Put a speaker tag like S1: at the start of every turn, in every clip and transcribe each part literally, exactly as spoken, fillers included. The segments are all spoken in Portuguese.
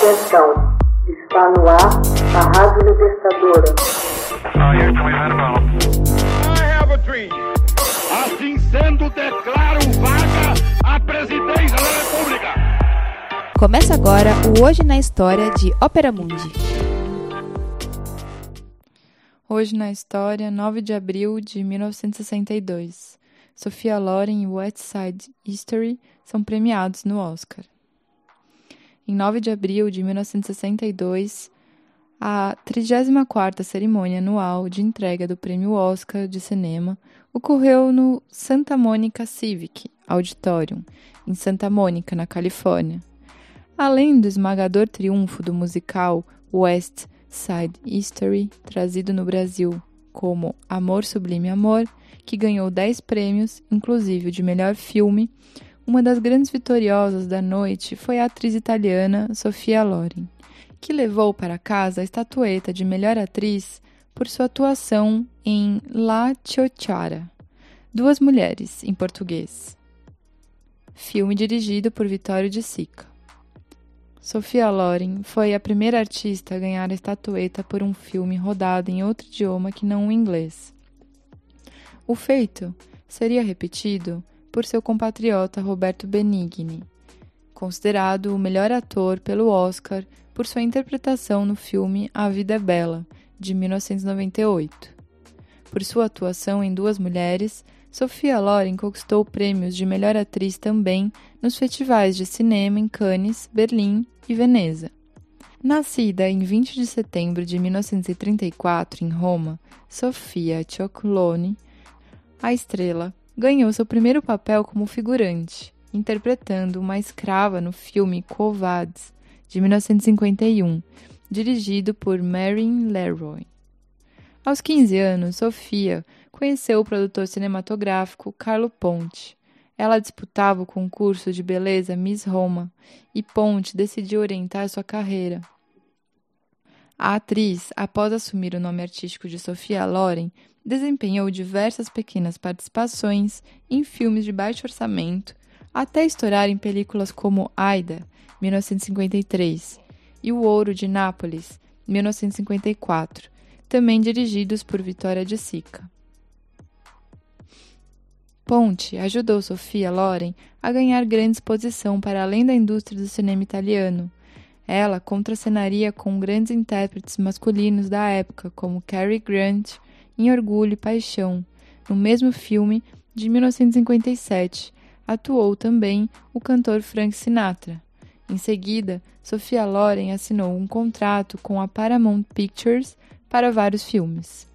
S1: Atenção, está no ar a Rádio Libertadora.
S2: Assim sendo, declaro vaga a presidência da República.
S3: Começa agora o Hoje na História de Ópera Mundi.
S4: Hoje na História, nove de abril de mil novecentos e sessenta e dois. Sophia Loren e West Side Story são premiados no Oscar. Em nove de abril de mil novecentos e sessenta e dois, a trigésima quarta cerimônia anual de entrega do Prêmio Oscar de Cinema ocorreu no Santa Monica Civic Auditorium, em Santa Mônica, na Califórnia. Além do esmagador triunfo do musical West Side Story, trazido no Brasil como Amor Sublime Amor, que ganhou dez prêmios, inclusive o de melhor filme, uma das grandes vitoriosas da noite foi a atriz italiana Sophia Loren, que levou para casa a estatueta de melhor atriz por sua atuação em La Ciociara, Duas Mulheres, em português, filme dirigido por Vittorio De Sica. Sophia Loren foi a primeira artista a ganhar a estatueta por um filme rodado em outro idioma que não o inglês. O feito seria repetido por seu compatriota Roberto Benigni, considerado o melhor ator pelo Oscar por sua interpretação no filme A Vida é Bela, de mil novecentos e noventa e oito. Por sua atuação em Duas Mulheres, Sophia Loren conquistou prêmios de melhor atriz também nos festivais de cinema em Cannes, Berlim e Veneza. Nascida em vinte de setembro de mil novecentos e trinta e quatro em Roma, Sofia Cioccoloni, a estrela ganhou seu primeiro papel como figurante, interpretando uma escrava no filme Quo Vadis, de mil novecentos e cinquenta e um, dirigido por Marin Leroy. Aos quinze anos, Sofia conheceu o produtor cinematográfico Carlo Ponti. Ela disputava o concurso de beleza Miss Roma e Ponti decidiu orientar sua carreira. A atriz, após assumir o nome artístico de Sophia Loren, desempenhou diversas pequenas participações em filmes de baixo orçamento, até estourar em películas como Aida, mil novecentos e cinquenta e três, e O Ouro de Nápoles, mil novecentos e cinquenta e quatro, também dirigidos por Vittorio De Sica. Ponti ajudou Sophia Loren a ganhar grande exposição para além da indústria do cinema italiano. Ela contracenaria com grandes intérpretes masculinos da época, como Cary Grant, em Orgulho e Paixão. No mesmo filme, de mil novecentos e cinquenta e sete, atuou também o cantor Frank Sinatra. Em seguida, Sophia Loren assinou um contrato com a Paramount Pictures para vários filmes.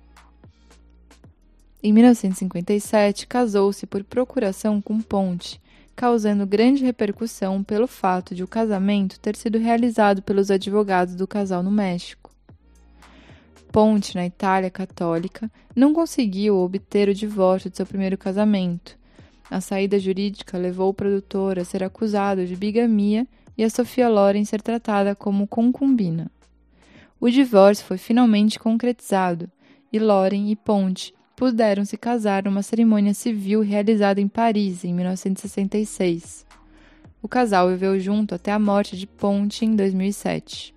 S4: Em mil novecentos e cinquenta e sete, casou-se por procuração com Ponti, causando grande repercussão pelo fato de o casamento ter sido realizado pelos advogados do casal no México. Ponti, na Itália católica, não conseguiu obter o divórcio de seu primeiro casamento. A saída jurídica levou o produtor a ser acusado de bigamia e a Sophia Loren ser tratada como concubina. O divórcio foi finalmente concretizado e Loren e Ponti puderam se casar numa cerimônia civil realizada em Paris, em mil novecentos e sessenta e seis. O casal viveu junto até a morte de Ponti em dois mil e sete.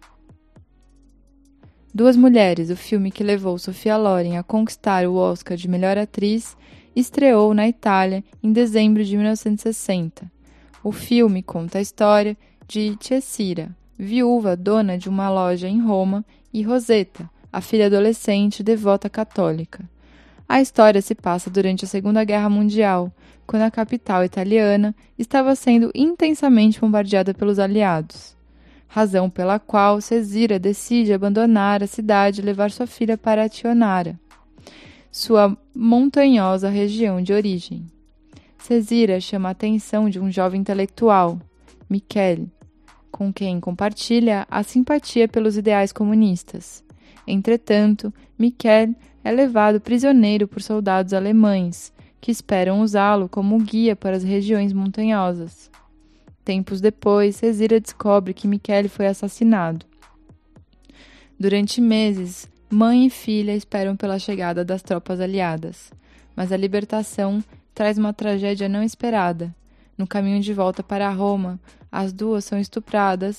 S4: Duas Mulheres, o filme que levou Sophia Loren a conquistar o Oscar de melhor atriz, estreou na Itália em dezembro de mil novecentos e sessenta. O filme conta a história de Cesira, viúva dona de uma loja em Roma, e Rosetta, a filha adolescente devota católica. A história se passa durante a Segunda Guerra Mundial, quando a capital italiana estava sendo intensamente bombardeada pelos aliados, razão pela qual Cesira decide abandonar a cidade e levar sua filha para Tionara, sua montanhosa região de origem. Cesira chama a atenção de um jovem intelectual, Michele, com quem compartilha a simpatia pelos ideais comunistas. Entretanto, Michele é levado prisioneiro por soldados alemães, que esperam usá-lo como guia para as regiões montanhosas. Tempos depois, Cesira descobre que Michele foi assassinado. Durante meses, mãe e filha esperam pela chegada das tropas aliadas, mas a libertação traz uma tragédia não esperada. No caminho de volta para Roma, as duas são estupradas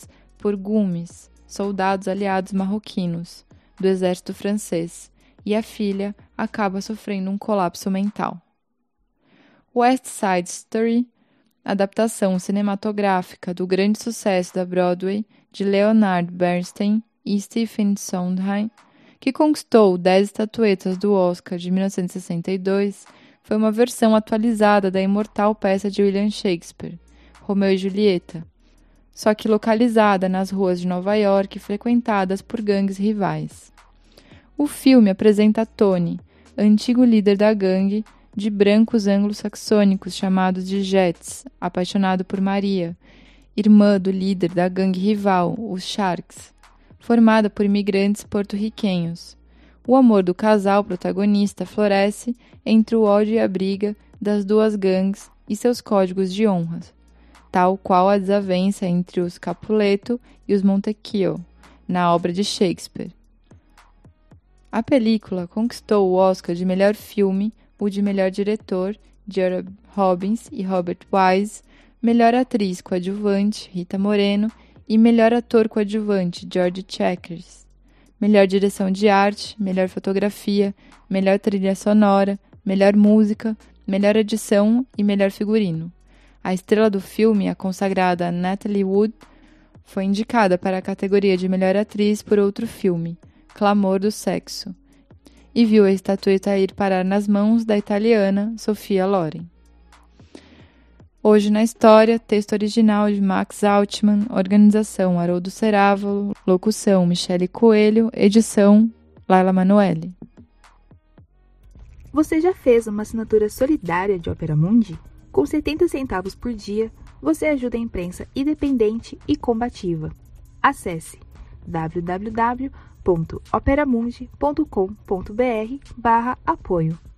S4: por Gomes, soldados aliados marroquinos, do exército francês, e a filha acaba sofrendo um colapso mental. West Side Story, adaptação cinematográfica do grande sucesso da Broadway de Leonard Bernstein e Stephen Sondheim, que conquistou dez estatuetas do Oscar de mil novecentos e sessenta e dois, foi uma versão atualizada da imortal peça de William Shakespeare, Romeu e Julieta, só que localizada nas ruas de Nova York frequentadas por gangues rivais. O filme apresenta Tony, antigo líder da gangue de brancos anglo-saxônicos chamados de Jets, apaixonado por Maria, irmã do líder da gangue rival, os Sharks, formada por imigrantes porto-riquenhos. O amor do casal protagonista floresce entre o ódio e a briga das duas gangues e seus códigos de honra, tal qual a desavença entre os Capuleto e os Montecchio, na obra de Shakespeare. A película conquistou o Oscar de melhor filme, o de melhor diretor, Julia Robbins e Robert Wise, melhor atriz coadjuvante, Rita Moreno, e melhor ator coadjuvante, George Checkers. Melhor direção de arte, melhor fotografia, melhor trilha sonora, melhor música, melhor edição e melhor figurino. A estrela do filme, a consagrada Natalie Wood, foi indicada para a categoria de melhor atriz por outro filme, Clamor do Sexo, e viu a estatueta ir parar nas mãos da italiana Sophia Loren. Hoje na História, texto original de Max Altman, organização Haroldo Cerávolo, locução Michele Coelho, edição Laila Manoeli.
S3: Você já fez uma assinatura solidária de Opera Mundi? Com setenta centavos por dia, você ajuda a imprensa independente e combativa. Acesse w w w ponto operamundi ponto com ponto b r barra apoio.